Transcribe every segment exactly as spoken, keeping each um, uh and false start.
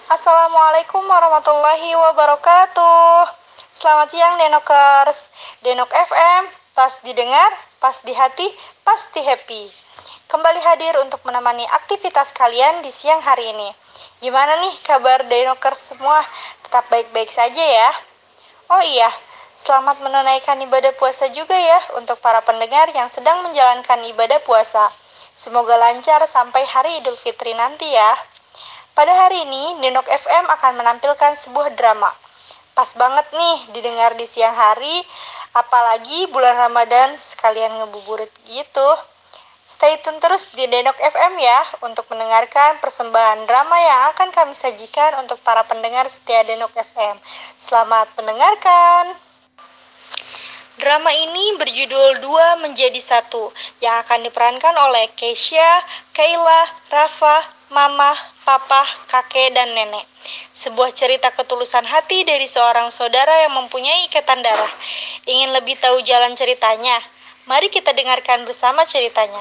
Assalamualaikum warahmatullahi wabarakatuh. Selamat siang Denokers. Denok F M, pas didengar, pas di hati, pasti happy. Kembali hadir untuk menemani aktivitas kalian di siang hari ini. Gimana nih kabar Denokers semua? Tetap baik-baik saja ya? Oh iya, selamat menunaikan ibadah puasa juga ya untuk para pendengar yang sedang menjalankan ibadah puasa. Semoga lancar sampai hari Idul Fitri nanti ya. Pada hari ini, Denok F M akan menampilkan sebuah drama. Pas banget nih didengar di siang hari, apalagi bulan Ramadan sekalian ngebuburit gitu. Stay tune terus di Denok F M ya untuk mendengarkan persembahan drama yang akan kami sajikan untuk para pendengar setia Denok F M. Selamat mendengarkan. Drama ini berjudul Dua Menjadi Satu yang akan diperankan oleh Keisha, Kayla, Rafa, Mama, Papa, kakek, dan nenek. Sebuah cerita ketulusan hati dari seorang saudara yang mempunyai ikatan darah. Ingin lebih tahu jalan ceritanya? Mari kita dengarkan bersama ceritanya.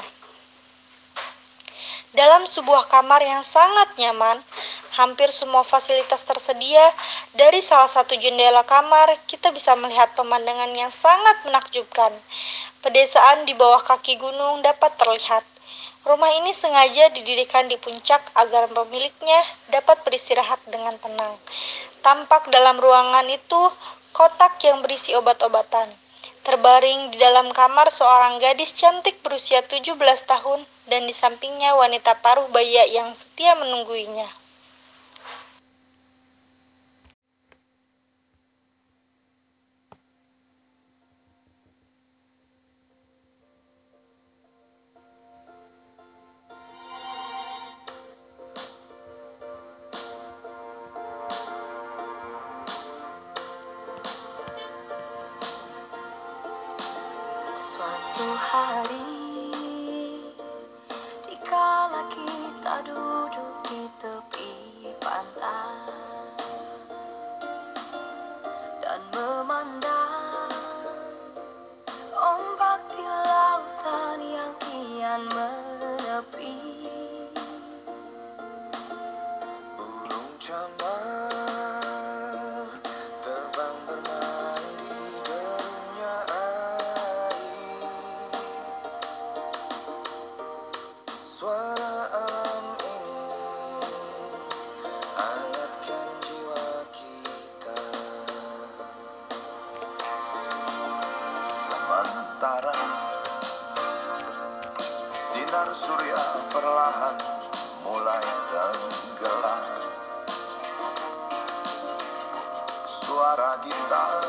Dalam sebuah kamar yang sangat nyaman, hampir semua fasilitas tersedia. Dari salah satu jendela kamar, kita bisa melihat pemandangan yang sangat menakjubkan. Pedesaan di bawah kaki gunung dapat terlihat. Rumah ini sengaja didirikan di puncak agar pemiliknya dapat beristirahat dengan tenang. Tampak dalam ruangan itu kotak yang berisi obat-obatan. Terbaring di dalam kamar seorang gadis cantik berusia tujuh belas tahun dan di sampingnya wanita paruh baya yang setia menungguinya. Suatu hari, dikala kita duduk di tepi pantai dan memandang ombak di lautan yang kian menepi, burung camar terbang bermain di derungnya air. Suara alam ini hangatkan jiwa kita. Sementara sinar surya perlahan mulai tenggelam, suara gitar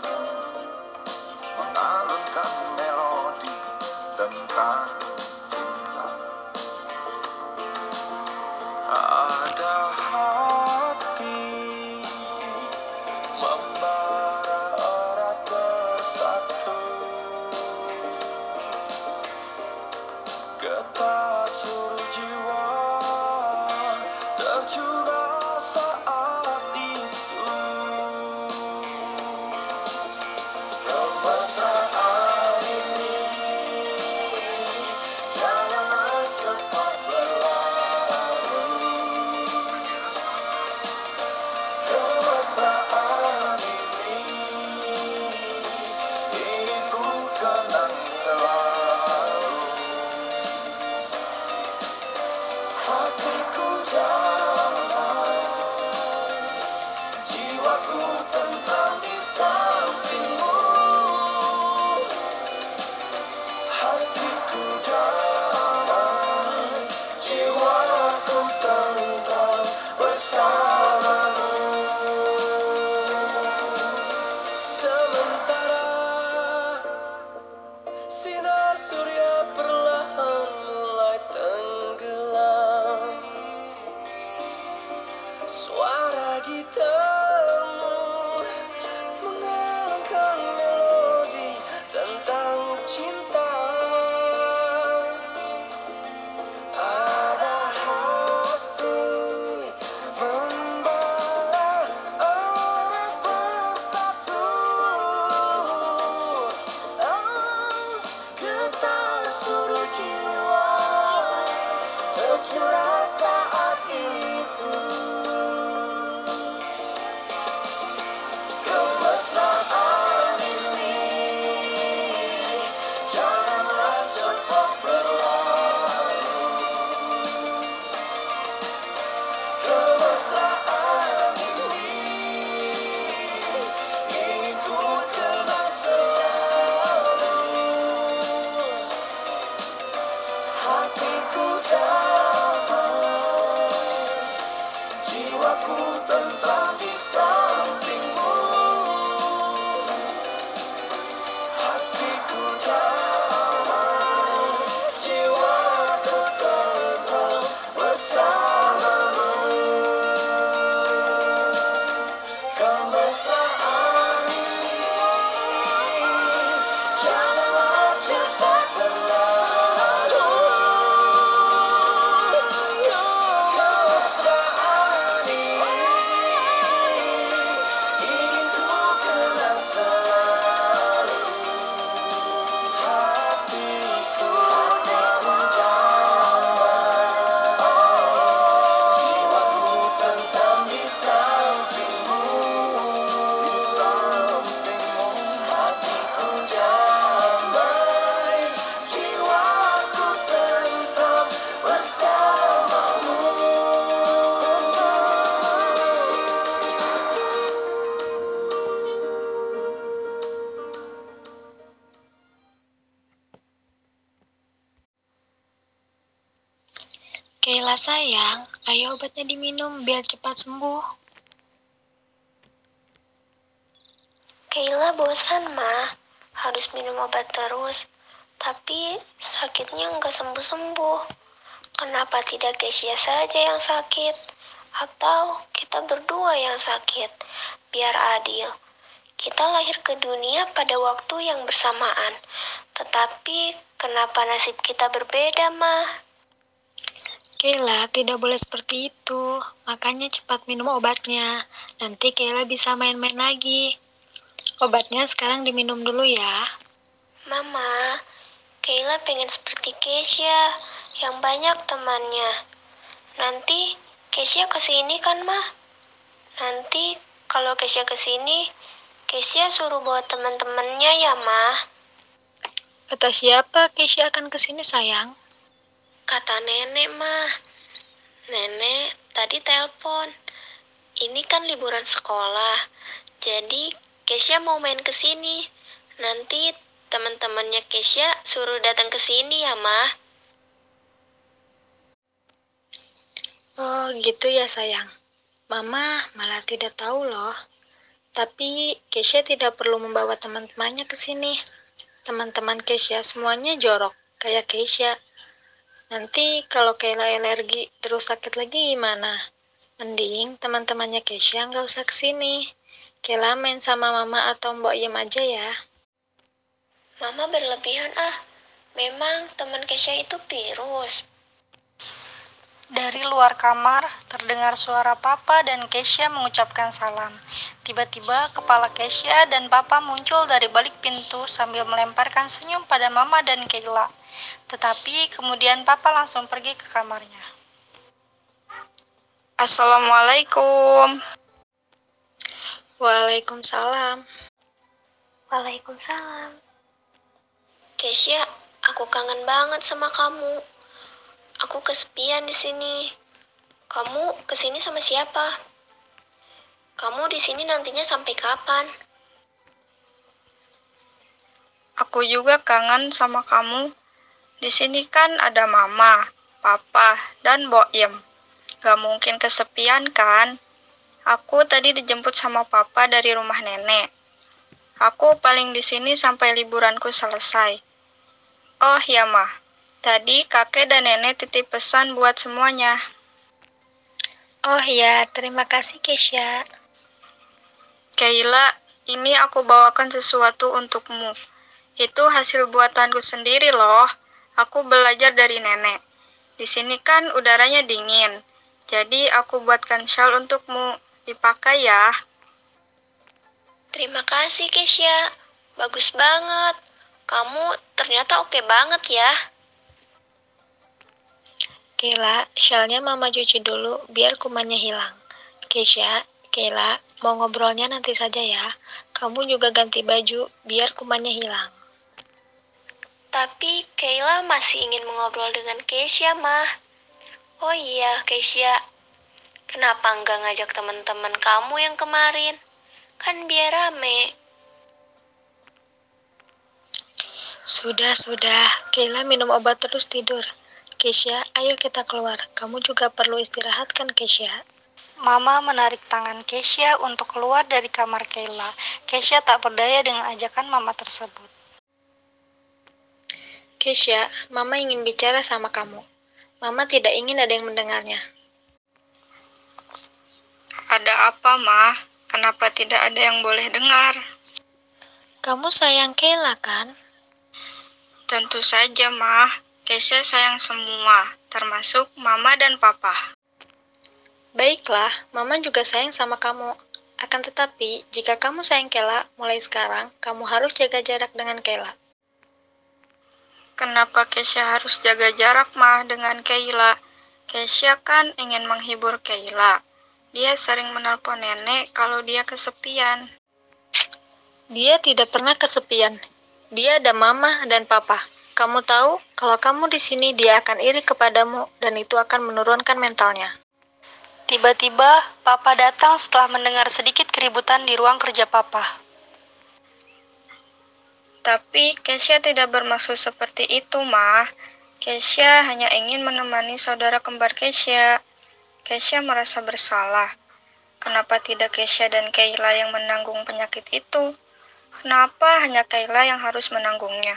mengalunkan melodi tentang cinta. Ada hati membara erat bersatu, getar seluruh jiwa tercurah saat itu. Kemesraan ini janganlah cepat berlalu. Kemesraan ini ingin ku kenang selalu. Hatiku damai, jiwaku tentram di sampingmu. Hatiku damai, jiwaku tentram bersamamu. Sementara sinar surya perlahan mulai tenggelam, suara gitarmu mengalunkan melodi tentang cinta. Ada hati membara erat bersatu. Oh, getar seluruh jiwa tercurah saat itu. tentram di sampingmu. Hatiku damai, jiwaku tentram bersamamu. Kemesraan ini janganlah cepat berlalu. Kemesraan ini ingin ku kenang selalu. Hatiku, hatiku damai, jiwaku tentram di sampingmu. Di sampingmu. Hatiku damai, jiwaku tentram bersamamu. Kayla sayang, ayo obatnya diminum biar cepat sembuh. Kayla bosan, Ma. Harus minum obat terus. Tapi sakitnya nggak sembuh-sembuh. Kenapa tidak Kesia saja yang sakit? Atau kita berdua yang sakit? Biar adil. Kita lahir ke dunia pada waktu yang bersamaan. Tetapi kenapa nasib kita berbeda, Ma? Kayla, tidak boleh seperti itu. Makanya cepat minum obatnya. Nanti Kayla bisa main-main lagi. Obatnya sekarang diminum dulu ya. Mama, Kayla pengen seperti Kesia yang banyak temannya. Nanti Kesia kesini kan, Ma? Nanti kalau Kesia kesini, Kesia suruh bawa teman-temannya ya, Ma? Kata siapa Keisha akan kesini sayang? Kata nenek, Ma. Nenek tadi telepon. Ini kan liburan sekolah. Jadi Kesia mau main ke sini. Nanti teman-temannya Kesia suruh datang ke sini ya, Ma. Oh gitu ya sayang. Mama malah tidak tahu loh. Tapi Keisha tidak perlu membawa teman-temannya ke sini. Teman-teman Keisha semuanya jorok, kayak Keisha. Nanti kalau Kayla alergi terus sakit lagi gimana? Mending teman-temannya Keisha nggak usah kesini. Kayla main sama mama atau mbok Yem aja ya. Mama berlebihan ah. Memang teman Kesia itu virus. Dari luar kamar, terdengar suara Papa dan Keisha mengucapkan salam. Tiba-tiba, kepala Keisha dan Papa muncul dari balik pintu sambil melemparkan senyum pada Mama dan Kayla. Tetapi kemudian Papa langsung pergi ke kamarnya. Assalamualaikum. Waalaikumsalam. Waalaikumsalam. Kesia, aku kangen banget sama kamu. Aku kesepian di sini. Kamu kesini sama siapa? Kamu di sini nantinya sampai kapan? Aku juga kangen sama kamu. Di sini kan ada mama, papa, dan Mbok Yem. Gak mungkin kesepian kan? Aku tadi dijemput sama papa dari rumah nenek. Aku paling di sini sampai liburanku selesai. Oh ya, Ma. Tadi kakek dan nenek titip pesan buat semuanya. Oh ya, terima kasih Keisha. Kayla, ini aku bawakan sesuatu untukmu. Itu hasil buatanku sendiri loh. Aku belajar dari nenek. Di sini kan udaranya dingin. Jadi aku buatkan shawl untukmu. Dipakai ya. Terima kasih, Kesia. Bagus banget. Kamu ternyata oke banget ya. Kayla, shawlnya mama cuci dulu biar kumannya hilang. Keisha, Kayla, mau ngobrolnya nanti saja ya. Kamu juga ganti baju biar kumannya hilang. Tapi Kayla masih ingin mengobrol dengan Kesia, Mah. Oh iya, Kesia. Kenapa nggak ngajak teman-teman kamu yang kemarin? Kan biar rame. Sudah, sudah. Kayla minum obat terus tidur. Keisha, ayo kita keluar. Kamu juga perlu istirahat kan, Keisha? Mama menarik tangan Kesha untuk keluar dari kamar Kayla. Kesha tak berdaya dengan ajakan mama tersebut. Kesha, Mama ingin bicara sama kamu. Mama tidak ingin ada yang mendengarnya. Ada apa, Ma? Kenapa tidak ada yang boleh dengar? Kamu sayang Kayla, kan? Tentu saja, Ma. Kesha sayang semua, termasuk Mama dan Papa. Baiklah, Mama juga sayang sama kamu. Akan tetapi, jika kamu sayang Kayla, mulai sekarang, kamu harus jaga jarak dengan Kayla. Kenapa Kesha harus jaga jarak, Ma, dengan Kayla? Kesha kan ingin menghibur Kayla. Dia sering menelpon nenek kalau dia kesepian. Dia tidak pernah kesepian. Dia ada Mama dan Papa. Kamu tahu, kalau kamu di sini, dia akan iri kepadamu, dan itu akan menurunkan mentalnya. Tiba-tiba, Papa datang setelah mendengar sedikit keributan di ruang kerja Papa. Tapi Kesha tidak bermaksud seperti itu, Ma. Kesha hanya ingin menemani saudara kembar Kesha. Kesha merasa bersalah. Kenapa tidak Kesha dan Kayla yang menanggung penyakit itu? Kenapa hanya Kayla yang harus menanggungnya?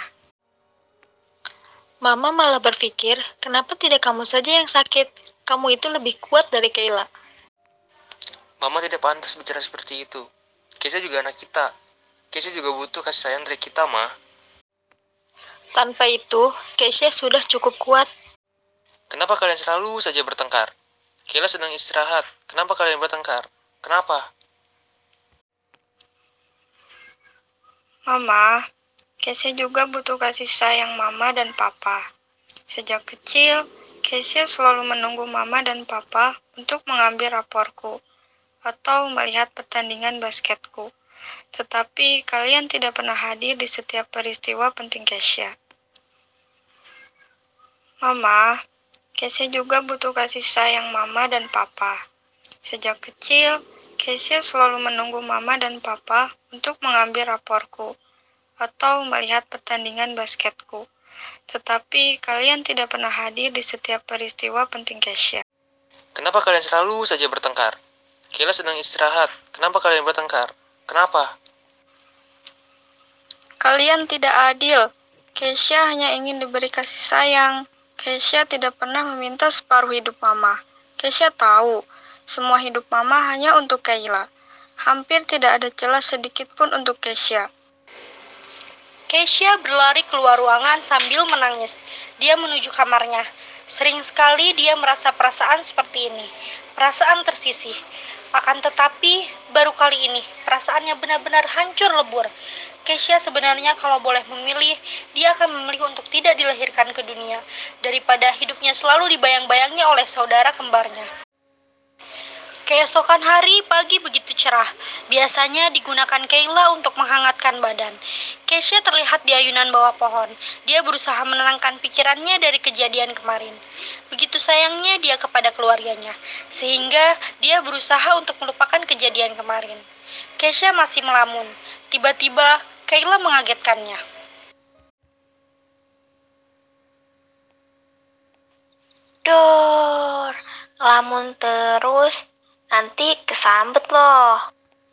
Mama malah berpikir, kenapa tidak kamu saja yang sakit? Kamu itu lebih kuat dari Kayla. Mama tidak pantas bicara seperti itu. Kesha juga anak kita. Kesha juga butuh kasih sayang dari kita, Ma. Tanpa itu, Kesha sudah cukup kuat. Kenapa kalian selalu saja bertengkar? Kayla sedang istirahat. Kenapa kalian bertengkar? Kenapa? Mama, Kesha juga butuh kasih sayang Mama dan Papa. Sejak kecil, Kesha selalu menunggu Mama dan Papa untuk mengambil raporku atau melihat pertandingan basketku. Tetapi kalian tidak pernah hadir di setiap peristiwa penting Kesha. Mama, Kesha juga butuh kasih sayang Mama dan Papa. Sejak kecil, Kesha selalu menunggu Mama dan Papa untuk mengambil raporku atau melihat pertandingan basketku. Tetapi kalian tidak pernah hadir di setiap peristiwa penting Kesha. Kenapa kalian selalu saja bertengkar? Kayla sedang istirahat. Kenapa kalian bertengkar? Kenapa? Kalian tidak adil. Kesha hanya ingin diberi kasih sayang. Kesha tidak pernah meminta separuh hidup Mama. Kesha tahu, semua hidup Mama hanya untuk Kayla. Hampir tidak ada celah sedikit pun untuk Kesha. Kesha berlari keluar ruangan sambil menangis. Dia menuju kamarnya. Sering sekali dia merasa perasaan seperti ini. Perasaan tersisih. Akan tetapi, baru kali ini, perasaannya benar-benar hancur lebur. Kesha sebenarnya kalau boleh memilih, dia akan memilih untuk tidak dilahirkan ke dunia, daripada hidupnya selalu dibayang-bayangi oleh saudara kembarnya. Keesokan hari, pagi begitu cerah. Biasanya digunakan Kayla untuk menghangatkan badan. Kesha terlihat di ayunan bawah pohon. Dia berusaha menenangkan pikirannya dari kejadian kemarin. Begitu sayangnya dia kepada keluarganya, sehingga dia berusaha untuk melupakan kejadian kemarin. Kesha masih melamun. Tiba-tiba, Kayla mengagetkannya. Dor, lamun terus, nanti kesambet loh.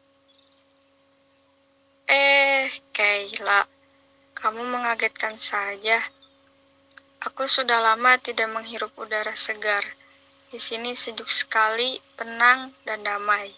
Eh, Kayla, kamu mengagetkan saja. Aku sudah lama tidak menghirup udara segar. Di sini sejuk sekali, tenang, dan damai.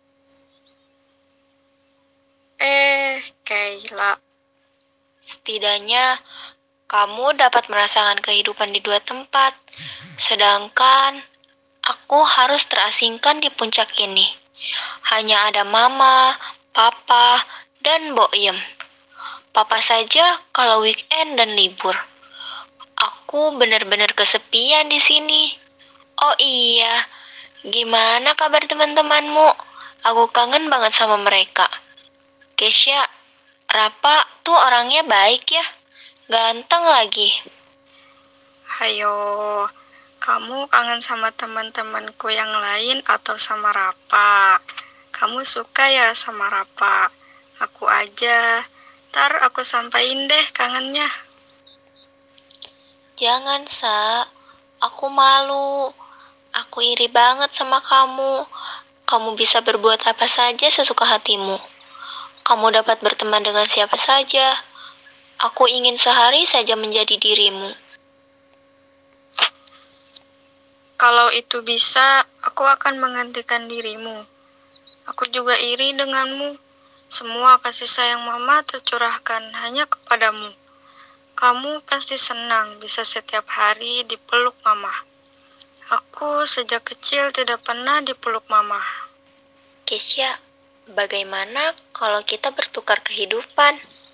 Eh, Kayla, Setidaknya, kamu dapat merasakan kehidupan di dua tempat. Sedangkan, aku harus terasingkan di puncak ini. Hanya ada Mama, Papa, dan Boyem. Papa saja kalau weekend dan libur. Aku benar-benar kesepian di sini. Oh iya, gimana kabar teman-temanmu? Aku kangen banget sama mereka. Kesha, Rapa tuh orangnya baik ya. Ganteng lagi. hayo, kamu kangen sama teman-temanku yang lain atau sama Rapa? Kamu suka ya sama Rapa? Aku aja. Ntar aku sampaiin deh kangennya. Jangan, Sa. Aku malu. Aku iri banget sama kamu. Kamu bisa berbuat apa saja sesuka hatimu. Kamu dapat berteman dengan siapa saja. Aku ingin sehari saja menjadi dirimu. Kalau itu bisa, aku akan menggantikan dirimu. Aku juga iri denganmu. Semua kasih sayang mama tercurahkan hanya kepadamu. Kamu pasti senang bisa setiap hari dipeluk mama. Aku sejak kecil tidak pernah dipeluk mama. Kesya, bagaimana kalau kita bertukar kehidupan?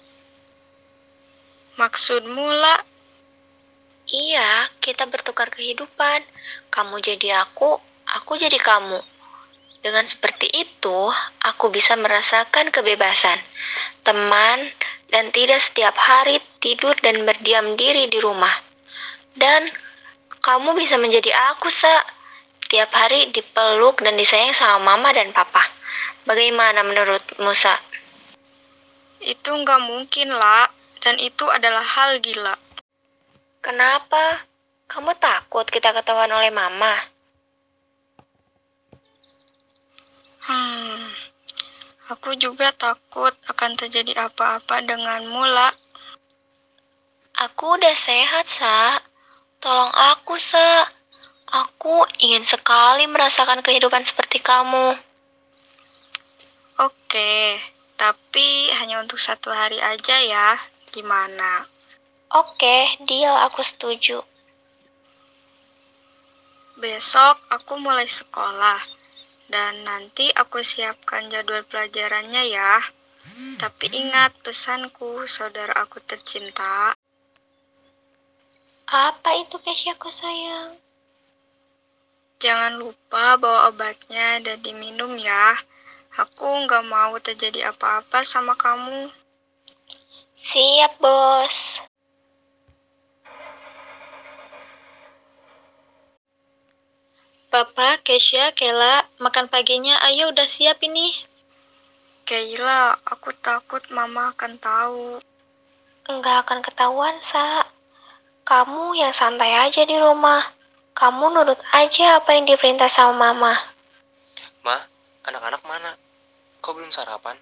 Maksudmu, lah? Iya, kita bertukar kehidupan. Kamu jadi aku, aku jadi kamu. Dengan seperti itu, aku bisa merasakan kebebasan, teman, dan tidak setiap hari tidur dan berdiam diri di rumah. Dan kamu bisa menjadi aku, Sa. Tiap hari dipeluk dan disayang sama mama dan papa. Bagaimana menurutmu, Sa? Itu nggak mungkin, lah. Dan itu adalah hal gila. Kenapa? Kamu takut kita ketahuan oleh mama? Hmm, aku juga takut akan terjadi apa-apa denganmu, lah. Aku udah sehat, Sa. Tolong aku, Sa. Aku ingin sekali merasakan kehidupan seperti kamu. Oke, tapi hanya untuk satu hari aja ya. Gimana? Oke, deal, aku setuju. Besok aku mulai sekolah. Dan nanti aku siapkan jadwal pelajarannya ya. Tapi ingat pesanku, saudara aku tercinta. Apa itu, Kesyaku sayang? Jangan lupa bawa obatnya dan diminum ya. Aku nggak mau terjadi apa-apa sama kamu. Siap, bos. Papa, Kesya, Kela, makan paginya ayo udah siap ini. Kayla, aku takut mama akan tahu. Enggak akan ketahuan, Sa. Kamu yang santai aja di rumah. Kamu nurut aja apa yang diperintah sama mama. Ma, anak-anak mana? Kok belum sarapan?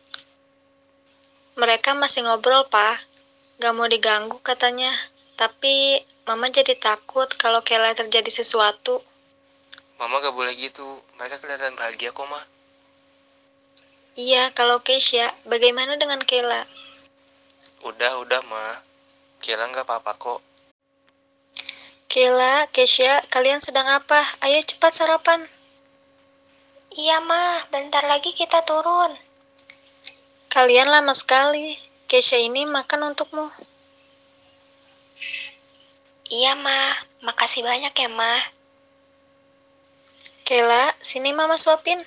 Mereka masih ngobrol, Pak. Gak mau diganggu katanya. Tapi Mama jadi takut kalau Kela terjadi sesuatu. Mama gak boleh gitu. Mereka kelihatan bahagia kok, Ma. Iya, kalau Kesya, bagaimana dengan Kela? Udah, udah, Ma. Kira gak apa-apa kok. Kela, Kesya, kalian sedang apa? Ayo cepat sarapan. Iya, Ma. Bentar lagi kita turun. Kalian lama sekali. Kesya ini makan untukmu. Iya, Ma. Makasih banyak ya, Ma. Kela, sini Mama suapin.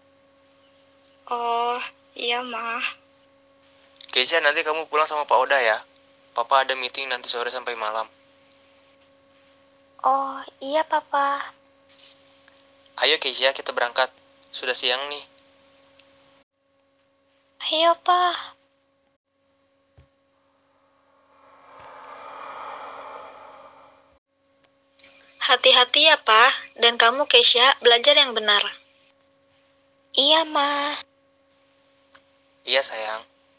Oh, iya mah. Keisha, nanti kamu pulang sama Pak Oda ya. Papa ada meeting nanti sore sampai malam. Oh, iya, Papa. Ayo Keisha, kita berangkat. Sudah siang nih. Ayo, Pa. Hati-hati ya, Pak. Dan kamu, Kesya, belajar yang benar. Iya, Ma. Iya sayang.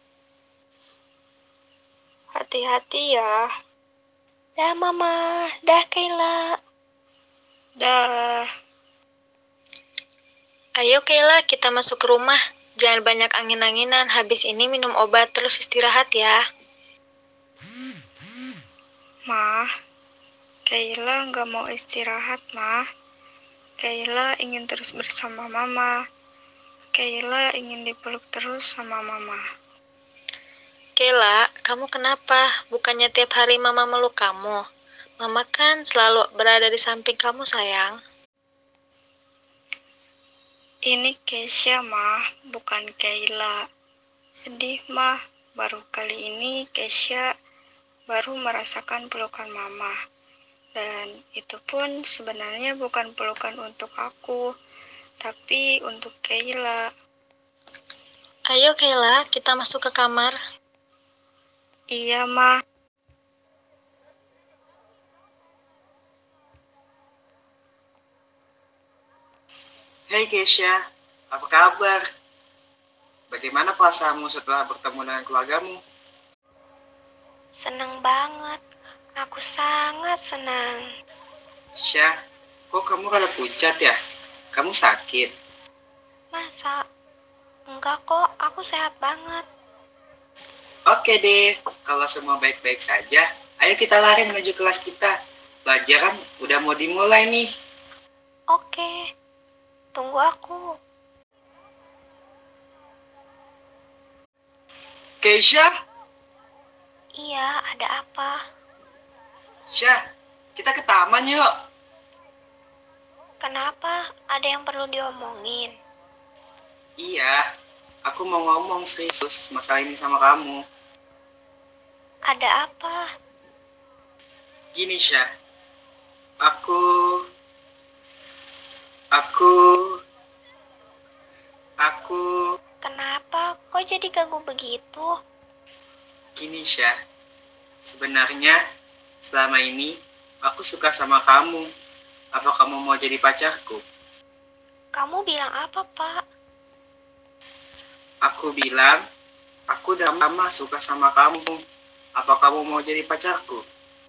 Hati-hati ya. Dah, Mama. Dah, Kayla. Dah. Ayo, Kela, kita masuk ke rumah. Jangan banyak angin-anginan. Habis ini minum obat, terus istirahat ya. Mah, Kayla nggak mau istirahat, Mah. Kayla ingin terus bersama Mama. Kayla ingin dipeluk terus sama Mama. Kela, kamu kenapa? Bukannya tiap hari Mama meluk kamu. Mama kan selalu berada di samping kamu, sayang. Ini Kesya, Mah, bukan Kayla. Sedih, Mah. Baru kali ini Kesya baru merasakan pelukan Mama. Dan itu pun sebenarnya bukan pelukan untuk aku, tapi untuk Kayla. Ayo, Kela, kita masuk ke kamar. Iya, Mah. Hai Kesha, apa kabar? Bagaimana perasaanmu setelah bertemu dengan keluargamu? Senang banget. Aku sangat senang. Syah, kok kamu rada pucat ya? Kamu sakit? Masa? Enggak kok, aku sehat banget. Oke deh, kalau semua baik-baik saja, ayo kita lari menuju kelas kita. Pelajaran udah mau dimulai nih. Oke, tunggu aku. Keisha? Iya, ada apa? Syah, kita ke taman yuk. Kenapa? Ada yang perlu diomongin? Iya, aku mau ngomong serius masalah ini sama kamu. Ada apa? Gini Syah, aku, aku, aku, Kenapa? Kok jadi ganggu begitu? gini Syah, sebenarnya selama ini aku suka sama kamu. Apa kamu mau jadi pacarku? Kamu bilang apa, Pak? Aku bilang, aku udah lama suka sama kamu. Apa kamu mau jadi pacarku?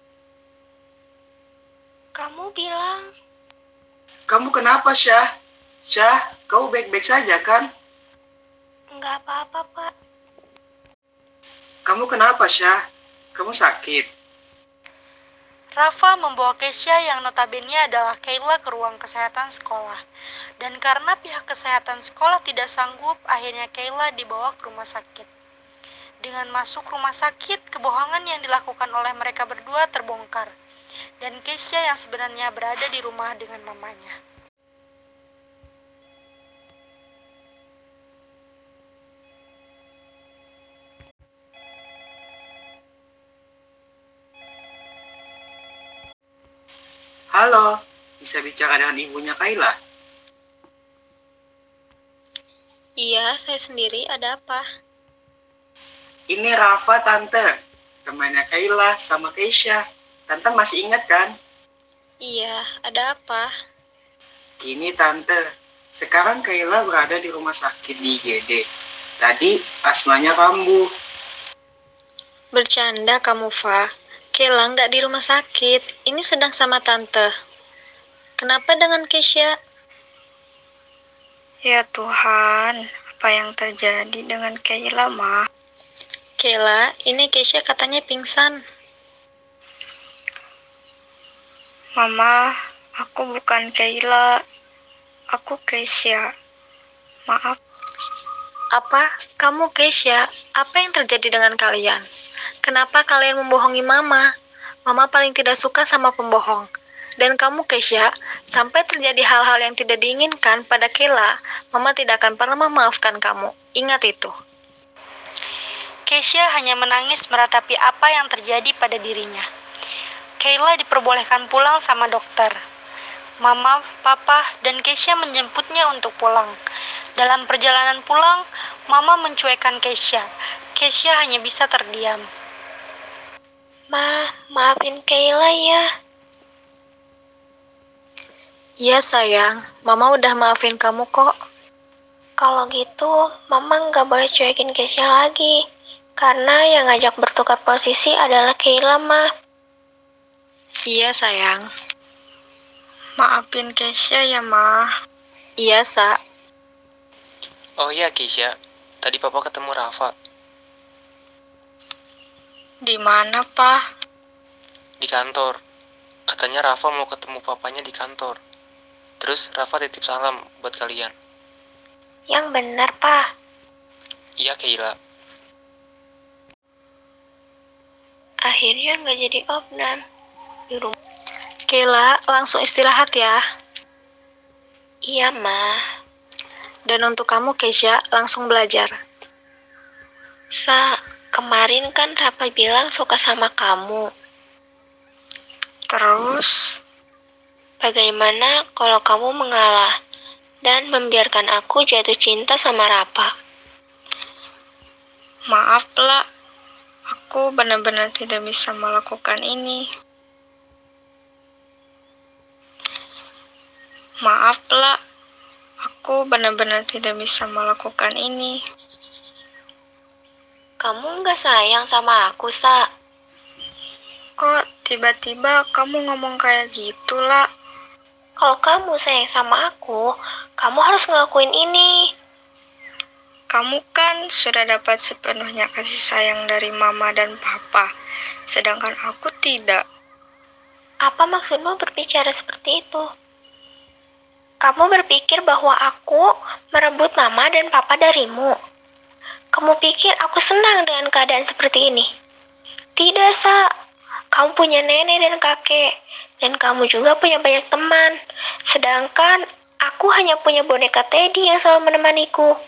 Kamu bilang, Kamu kenapa Syah? Syah, kamu baik-baik saja kan? enggak apa-apa, Pak. Kamu kenapa Syah? Kamu sakit? Rafa membawa Keisha yang notabene adalah Kayla ke ruang kesehatan sekolah. Dan karena pihak kesehatan sekolah tidak sanggup, akhirnya Kayla dibawa ke rumah sakit. Dengan masuk rumah sakit, kebohongan yang dilakukan oleh mereka berdua terbongkar. Dan Keisha yang sebenarnya berada di rumah dengan mamanya. Halo, bisa bicara dengan ibunya Kayla? Iya, saya sendiri. Ada apa? Ini Rafa Tante, temannya Kayla sama Keisha. Tante masih ingat kan? Iya, ada apa? Gini Tante, sekarang Kayla berada di rumah sakit di I G D. Tadi asmanya kambuh. Bercanda kamu, Fa. Kayla nggak di rumah sakit. Ini sedang sama tante. Kenapa dengan Keisha? Ya Tuhan, apa yang terjadi dengan Kayla, Ma? Kayla, ini Keisha katanya pingsan. Mama, aku bukan Kayla. Aku Keisha. Maaf. Apa? Kamu Keisha? Apa yang terjadi dengan kalian? Kenapa kalian membohongi Mama? Mama paling tidak suka sama pembohong. Dan kamu Keisha, sampai terjadi hal-hal yang tidak diinginkan pada Kayla, Mama tidak akan pernah memaafkan kamu. Ingat itu. Keisha hanya menangis meratapi apa yang terjadi pada dirinya. Kayla diperbolehkan pulang sama dokter. Mama, Papa, dan Keisha menjemputnya untuk pulang. Dalam perjalanan pulang, Mama mencuekkan Keisha. Keisha hanya bisa terdiam. Ma, maafin Kayla ya. Iya sayang, Mama udah maafin kamu kok. Kalau gitu, Mama nggak boleh cuekin Keisha lagi. Karena yang ngajak bertukar posisi adalah Kayla, Ma. Iya sayang. Maafin Keisha ya, Ma. Iya, Sa. Oh iya Keisha, tadi papa ketemu Rafa Di mana, Pa? di kantor. Katanya Rafa mau ketemu papanya di kantor. Terus Rafa titip salam buat kalian. Yang benar, Pa. Iya Kayla. Akhirnya nggak jadi opnam. Di rumah. Kayla, langsung istirahat ya. Iya, Ma. Dan untuk kamu, Keisha, langsung belajar. Sa, kemarin kan Rafa bilang suka sama kamu. Terus, Bagaimana kalau kamu mengalah dan membiarkan aku jatuh cinta sama Rafa? maaf lah. Aku benar-benar tidak bisa melakukan ini. Maaf lah. Aku benar-benar tidak bisa melakukan ini. Kamu nggak sayang sama aku, Sa? Kok tiba-tiba kamu ngomong kayak gitu, lah? Kalau kamu sayang sama aku, kamu harus ngelakuin ini. Kamu kan sudah dapat sepenuhnya kasih sayang dari mama dan papa, sedangkan aku tidak. Apa maksudmu berbicara seperti itu? Kamu berpikir bahwa aku merebut mama dan papa darimu. Kamu pikir aku senang dengan keadaan seperti ini? Tidak, Sa. Kamu punya nenek dan kakek, dan kamu juga punya banyak teman. Sedangkan aku hanya punya boneka Teddy yang selalu menemaniku.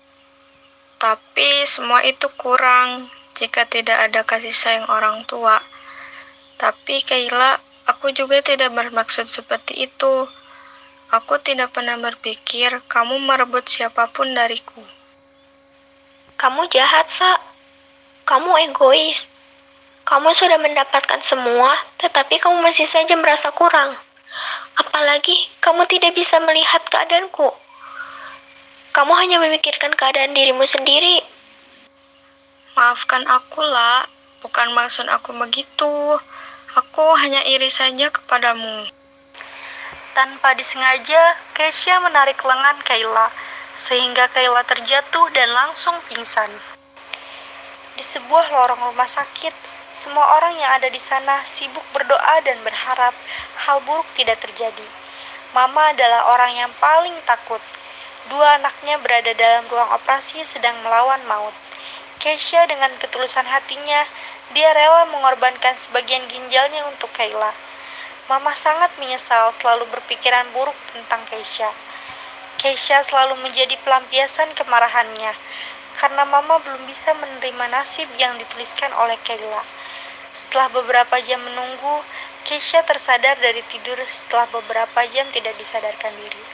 Tapi semua itu kurang jika tidak ada kasih sayang orang tua. Tapi Kayla, aku juga tidak bermaksud seperti itu. Aku tidak pernah berpikir kamu merebut siapapun dariku. Kamu jahat, Sa. Kamu egois. Kamu sudah mendapatkan semua, tetapi kamu masih saja merasa kurang. Apalagi kamu tidak bisa melihat keadaanku. Kamu hanya memikirkan keadaan dirimu sendiri. Maafkan aku, lah. Bukan maksud aku begitu. Aku hanya iri saja kepadamu. Tanpa disengaja, Keisha menarik lengan Kayla, sehingga Kayla terjatuh dan langsung pingsan. Di sebuah lorong rumah sakit, semua orang yang ada di sana sibuk berdoa dan berharap hal buruk tidak terjadi. Mama adalah orang yang paling takut. Dua anaknya berada dalam ruang operasi sedang melawan maut. Keisha dengan ketulusan hatinya, dia rela mengorbankan sebagian ginjalnya untuk Kayla. Mama sangat menyesal selalu berpikiran buruk tentang Keisha. Keisha selalu menjadi pelampiasan kemarahannya, karena Mama belum bisa menerima nasib yang dituliskan oleh Kayla. Setelah beberapa jam menunggu, Keisha tersadar dari tidur setelah beberapa jam tidak disadarkan diri.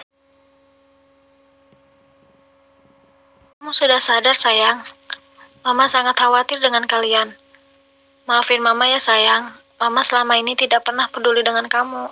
Kamu sudah sadar, sayang. Mama sangat khawatir dengan kalian. Maafin Mama ya, sayang. Mama selama ini tidak pernah peduli dengan kamu.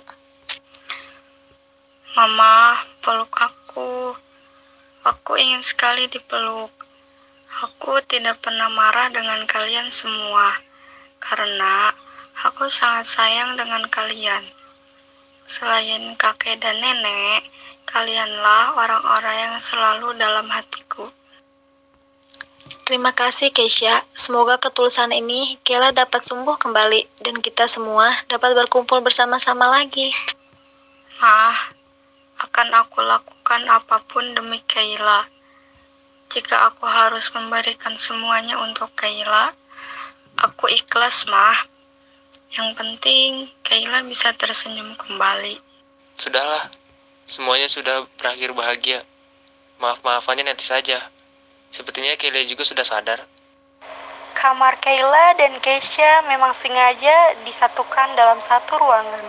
Mama, peluk aku. Aku ingin sekali dipeluk. Aku tidak pernah marah dengan kalian semua, karena aku sangat sayang dengan kalian. Selain kakek dan nenek, kalianlah orang-orang yang selalu dalam hatiku. Terima kasih, Keisha. Semoga ketulusan ini Kayla dapat sembuh kembali dan kita semua dapat berkumpul bersama-sama lagi. Ah, akan aku lakukan apapun demi Kayla. Jika aku harus memberikan semuanya untuk Kayla, aku ikhlas, Mah. Yang penting Kayla bisa tersenyum kembali. Sudahlah, semuanya sudah berakhir bahagia. Maaf-maafannya nanti saja. Sepertinya Kayla juga sudah sadar. Kamar Kayla dan Keisha memang sengaja disatukan dalam satu ruangan.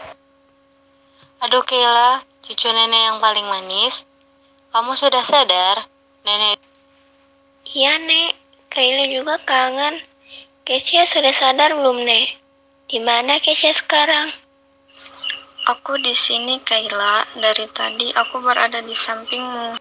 Aduh Kayla, cucu nenek yang paling manis. Kamu sudah sadar? Nenek. Iya, Nek. Kayla juga kangen. Keisha sudah sadar belum, Nek? Di mana Keisha sekarang? Aku di sini, Kayla. Dari tadi aku berada di sampingmu.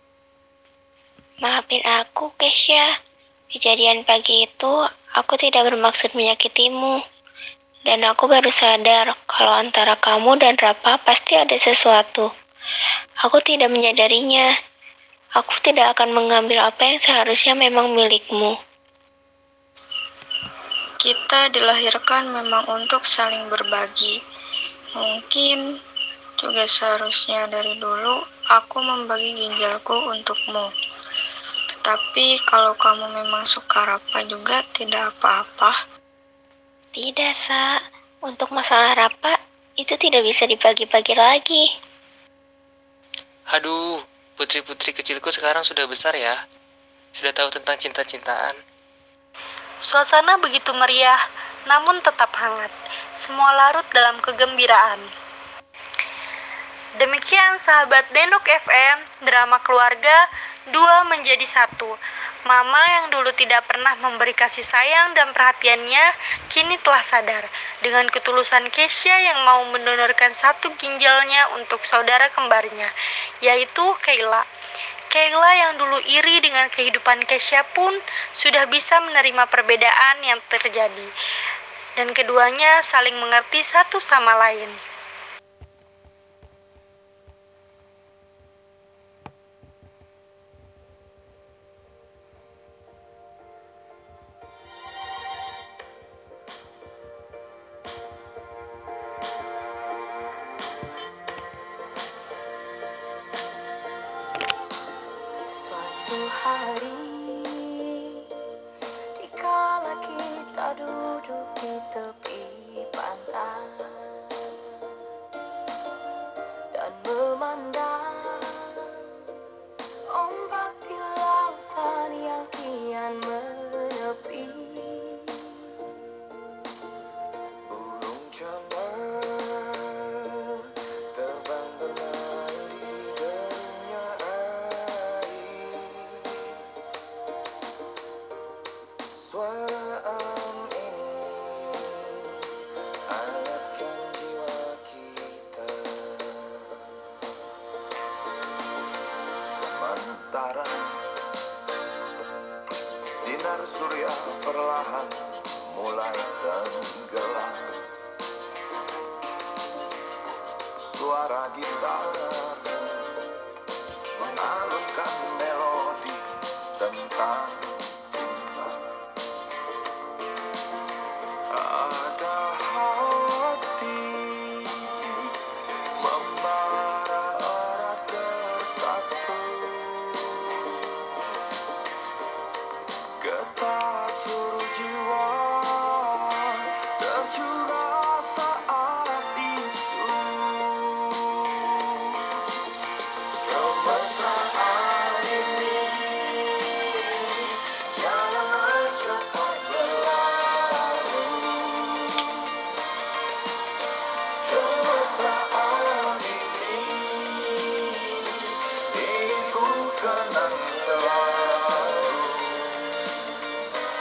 Maafin aku, Keisha. Kejadian pagi itu, aku tidak bermaksud menyakitimu. Dan aku baru sadar kalau antara kamu dan Rapa pasti ada sesuatu. Aku tidak menyadarinya. Aku tidak akan mengambil apa yang seharusnya memang milikmu. Kita dilahirkan memang untuk saling berbagi. Mungkin juga seharusnya dari dulu aku membagi ginjalku untukmu. Tapi kalau kamu memang suka Rapa juga tidak apa-apa. Tidak, Sa. Untuk masalah Rapa, itu tidak bisa dibagi-bagi lagi. Aduh, putri-putri kecilku sekarang sudah besar ya. Sudah tahu tentang cinta-cintaan. Suasana begitu meriah, namun tetap hangat. Semua larut dalam kegembiraan. Demikian sahabat Denok F M, drama keluarga dua menjadi satu. Mama yang dulu tidak pernah memberi kasih sayang dan perhatiannya, kini telah sadar dengan ketulusan Kesha yang mau mendonorkan satu ginjalnya untuk saudara kembarnya, yaitu Kayla. Kayla yang dulu iri dengan kehidupan Kesha pun sudah bisa menerima perbedaan yang terjadi, dan keduanya saling mengerti satu sama lain. Suatu hari, dikala kita duduk di tepi pantai dan memandang ombak di lautan yang kian menepi. Burung camar terbang bermain di dernya air. Suara alam ini hangatkan jiwa kita. Sementara sinar surya perlahan mulai tenggelam, suara gitar mengalunkan melodi tentang cinta. Ada hati membara erat bersatu, getar seluruh jiwa tercurah saat itu. Kemesraan ini jangan cepat berlalu. Kemesraan ini ingin ku kenang selalu.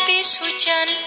menepis hujan.